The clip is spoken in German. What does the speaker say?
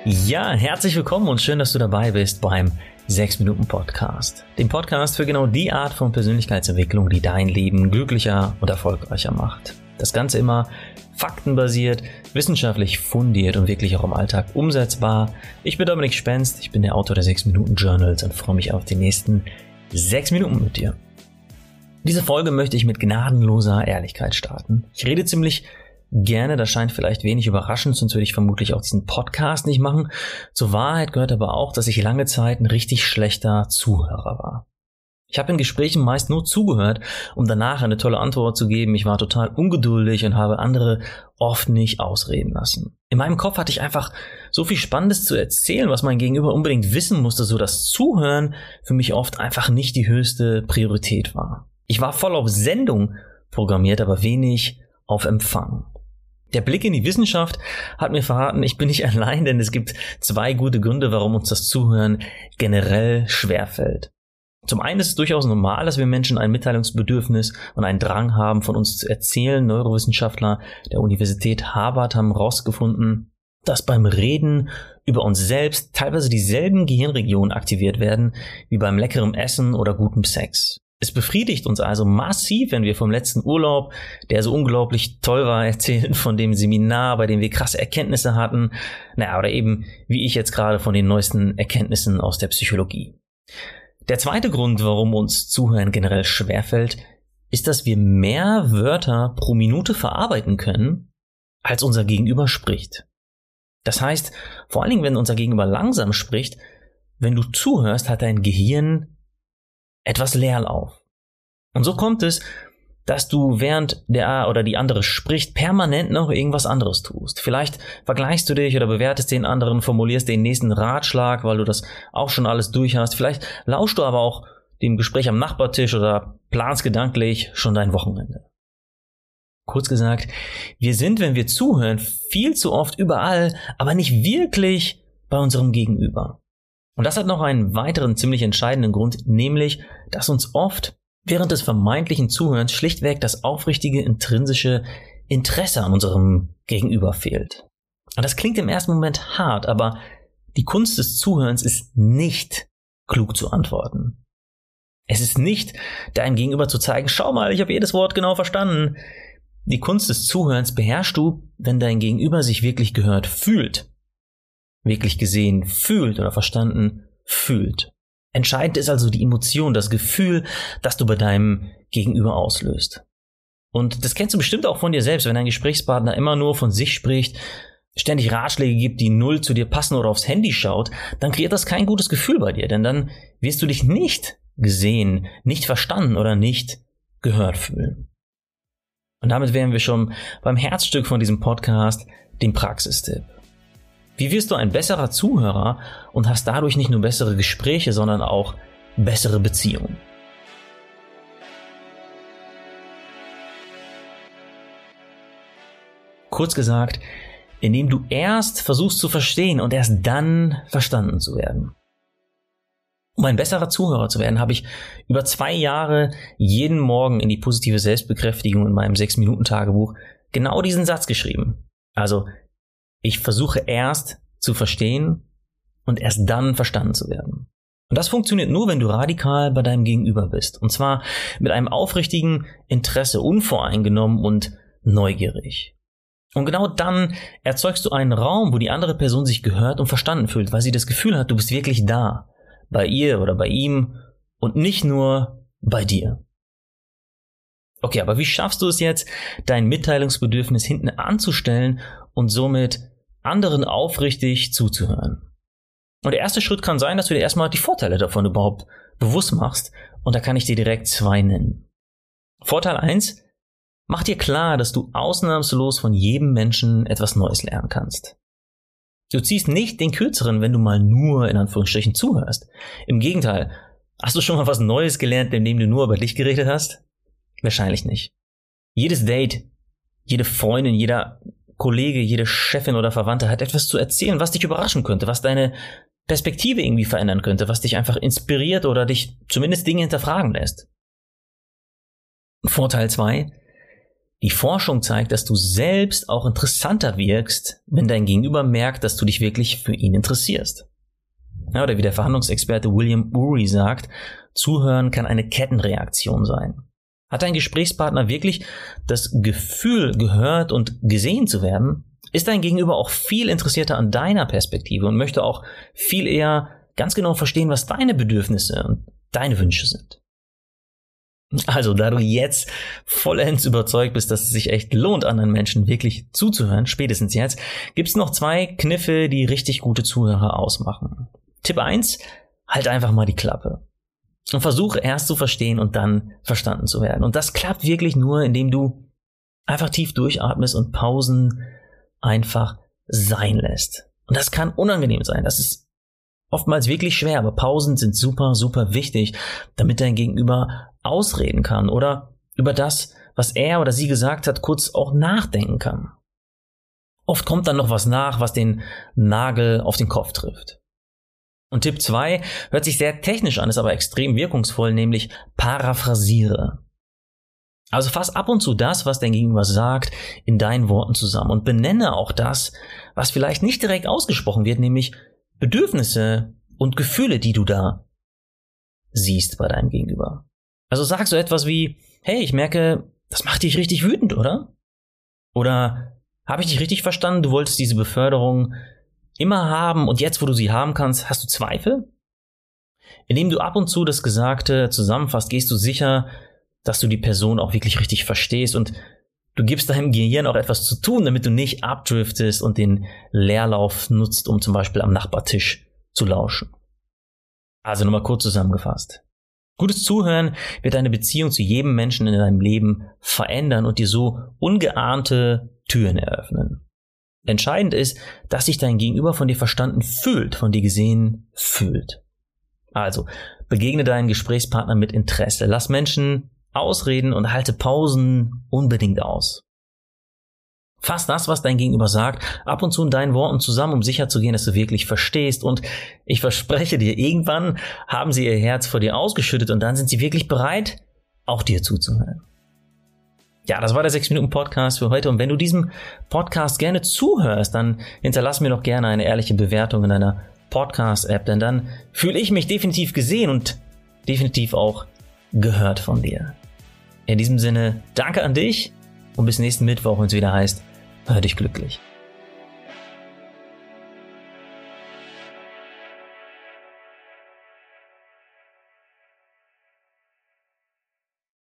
Ja, herzlich willkommen und schön, dass du dabei bist beim 6-Minuten-Podcast. Dem Podcast für genau die Art von Persönlichkeitsentwicklung, die dein Leben glücklicher und erfolgreicher macht. Das Ganze immer faktenbasiert, wissenschaftlich fundiert und wirklich auch im Alltag umsetzbar. Ich bin Dominik Spenst, ich bin der Autor der 6-Minuten-Journals und freue mich auf die nächsten 6 Minuten mit dir. Diese Folge möchte ich mit gnadenloser Ehrlichkeit starten. Ich rede ziemlich gerne, das scheint vielleicht wenig überraschend, sonst würde ich vermutlich auch diesen Podcast nicht machen. Zur Wahrheit gehört aber auch, dass ich lange Zeit ein richtig schlechter Zuhörer war. Ich habe in Gesprächen meist nur zugehört, um danach eine tolle Antwort zu geben. Ich war total ungeduldig und habe andere oft nicht ausreden lassen. In meinem Kopf hatte ich einfach so viel Spannendes zu erzählen, was mein Gegenüber unbedingt wissen musste, so dass Zuhören für mich oft einfach nicht die höchste Priorität war. Ich war voll auf Sendung programmiert, aber wenig auf Empfang. Der Blick in die Wissenschaft hat mir verraten, ich bin nicht allein, denn es gibt 2 gute Gründe, warum uns das Zuhören generell schwerfällt. Zum einen ist es durchaus normal, dass wir Menschen ein Mitteilungsbedürfnis und einen Drang haben, von uns zu erzählen. Neurowissenschaftler der Universität Harvard haben herausgefunden, dass beim Reden über uns selbst teilweise dieselben Gehirnregionen aktiviert werden wie beim leckerem Essen oder gutem Sex. Es befriedigt uns also massiv, wenn wir vom letzten Urlaub, der so unglaublich toll war, erzählen, von dem Seminar, bei dem wir krasse Erkenntnisse hatten, oder eben wie ich jetzt gerade von den neuesten Erkenntnissen aus der Psychologie. Der zweite Grund, warum uns Zuhören generell schwerfällt, ist, dass wir mehr Wörter pro Minute verarbeiten können, als unser Gegenüber spricht. Das heißt, vor allen Dingen, wenn unser Gegenüber langsam spricht, wenn du zuhörst, hat dein Gehirn etwas Leerlauf. Und so kommt es, dass du während der oder die andere spricht, permanent noch irgendwas anderes tust. Vielleicht vergleichst du dich oder bewertest den anderen, formulierst den nächsten Ratschlag, weil du das auch schon alles durch hast. Vielleicht lauschst du aber auch dem Gespräch am Nachbartisch oder planst gedanklich schon dein Wochenende. Kurz gesagt, wir sind, wenn wir zuhören, viel zu oft überall, aber nicht wirklich bei unserem Gegenüber. Und das hat noch einen weiteren ziemlich entscheidenden Grund, nämlich, dass uns oft während des vermeintlichen Zuhörens schlichtweg das aufrichtige, intrinsische Interesse an unserem Gegenüber fehlt. Und das klingt im ersten Moment hart, aber die Kunst des Zuhörens ist nicht, klug zu antworten. Es ist nicht, deinem Gegenüber zu zeigen, schau mal, ich habe jedes Wort genau verstanden. Die Kunst des Zuhörens beherrschst du, wenn dein Gegenüber sich wirklich gehört fühlt. Wirklich gesehen fühlt oder verstanden fühlt. Entscheidend ist also die Emotion, das Gefühl, das du bei deinem Gegenüber auslöst. Und das kennst du bestimmt auch von dir selbst, wenn dein Gesprächspartner immer nur von sich spricht, ständig Ratschläge gibt, die null zu dir passen oder aufs Handy schaut, dann kreiert das kein gutes Gefühl bei dir, denn dann wirst du dich nicht gesehen, nicht verstanden oder nicht gehört fühlen. Und damit wären wir schon beim Herzstück von diesem Podcast, dem Praxistipp. Wie wirst du ein besserer Zuhörer und hast dadurch nicht nur bessere Gespräche, sondern auch bessere Beziehungen? Kurz gesagt, indem du erst versuchst zu verstehen und erst dann verstanden zu werden. Um ein besserer Zuhörer zu werden, habe ich über 2 Jahre jeden Morgen in die positive Selbstbekräftigung in meinem 6-Minuten-Tagebuch genau diesen Satz geschrieben. Also, ich versuche erst zu verstehen und erst dann verstanden zu werden. Und das funktioniert nur, wenn du radikal bei deinem Gegenüber bist. Und zwar mit einem aufrichtigen Interesse, unvoreingenommen und neugierig. Und genau dann erzeugst du einen Raum, wo die andere Person sich gehört und verstanden fühlt, weil sie das Gefühl hat, du bist wirklich da. Bei ihr oder bei ihm und nicht nur bei dir. Okay, aber wie schaffst du es jetzt, dein Mitteilungsbedürfnis hinten anzustellen und somit anderen aufrichtig zuzuhören? Und der erste Schritt kann sein, dass du dir erstmal die Vorteile davon überhaupt bewusst machst. Und da kann ich dir direkt 2 nennen. Vorteil 1, mach dir klar, dass du ausnahmslos von jedem Menschen etwas Neues lernen kannst. Du ziehst nicht den Kürzeren, wenn du mal nur in Anführungsstrichen zuhörst. Im Gegenteil, hast du schon mal was Neues gelernt, indem du nur über dich geredet hast? Wahrscheinlich nicht. Jedes Date, jede Freundin, jeder Kollege, jede Chefin oder Verwandte hat etwas zu erzählen, was dich überraschen könnte, was deine Perspektive irgendwie verändern könnte, was dich einfach inspiriert oder dich zumindest Dinge hinterfragen lässt. Vorteil 2. Die Forschung zeigt, dass du selbst auch interessanter wirkst, wenn dein Gegenüber merkt, dass du dich wirklich für ihn interessierst. Ja, oder wie der Verhandlungsexperte William Ury sagt, Zuhören kann eine Kettenreaktion sein. Hat dein Gesprächspartner wirklich das Gefühl, gehört und gesehen zu werden, ist dein Gegenüber auch viel interessierter an deiner Perspektive und möchte auch viel eher ganz genau verstehen, was deine Bedürfnisse und deine Wünsche sind. Also, da du jetzt vollends überzeugt bist, dass es sich echt lohnt, anderen Menschen wirklich zuzuhören, spätestens jetzt, gibt's noch 2 Kniffe, die richtig gute Zuhörer ausmachen. Tipp 1, halt einfach mal die Klappe. Und versuche erst zu verstehen und dann verstanden zu werden. Und das klappt wirklich nur, indem du einfach tief durchatmest und Pausen einfach sein lässt. Und das kann unangenehm sein. Das ist oftmals wirklich schwer, aber Pausen sind super, super wichtig, damit dein Gegenüber ausreden kann oder über das, was er oder sie gesagt hat, kurz auch nachdenken kann. Oft kommt dann noch was nach, was den Nagel auf den Kopf trifft. Und Tipp 2 hört sich sehr technisch an, ist aber extrem wirkungsvoll, nämlich paraphrasiere. Also fass ab und zu das, was dein Gegenüber sagt, in deinen Worten zusammen und benenne auch das, was vielleicht nicht direkt ausgesprochen wird, nämlich Bedürfnisse und Gefühle, die du da siehst bei deinem Gegenüber. Also sag so etwas wie, hey, ich merke, das macht dich richtig wütend, oder? Oder habe ich dich richtig verstanden, du wolltest diese Beförderung immer haben und jetzt, wo du sie haben kannst, hast du Zweifel? Indem du ab und zu das Gesagte zusammenfasst, gehst du sicher, dass du die Person auch wirklich richtig verstehst und du gibst deinem Gehirn auch etwas zu tun, damit du nicht abdriftest und den Leerlauf nutzt, um zum Beispiel am Nachbartisch zu lauschen. Also nochmal kurz zusammengefasst. Gutes Zuhören wird deine Beziehung zu jedem Menschen in deinem Leben verändern und dir so ungeahnte Türen eröffnen. Entscheidend ist, dass sich dein Gegenüber von dir verstanden fühlt, von dir gesehen fühlt. Also, begegne deinen Gesprächspartner mit Interesse. Lass Menschen ausreden und halte Pausen unbedingt aus. Fass das, was dein Gegenüber sagt, ab und zu in deinen Worten zusammen, um sicherzugehen, dass du wirklich verstehst. Und ich verspreche dir, irgendwann haben sie ihr Herz vor dir ausgeschüttet und dann sind sie wirklich bereit, auch dir zuzuhören. Ja, das war der 6-Minuten-Podcast für heute. Und wenn du diesem Podcast gerne zuhörst, dann hinterlass mir doch gerne eine ehrliche Bewertung in deiner Podcast-App, denn dann fühle ich mich definitiv gesehen und definitiv auch gehört von dir. In diesem Sinne, danke an dich und bis nächsten Mittwoch, wenn es wieder heißt, hör dich glücklich.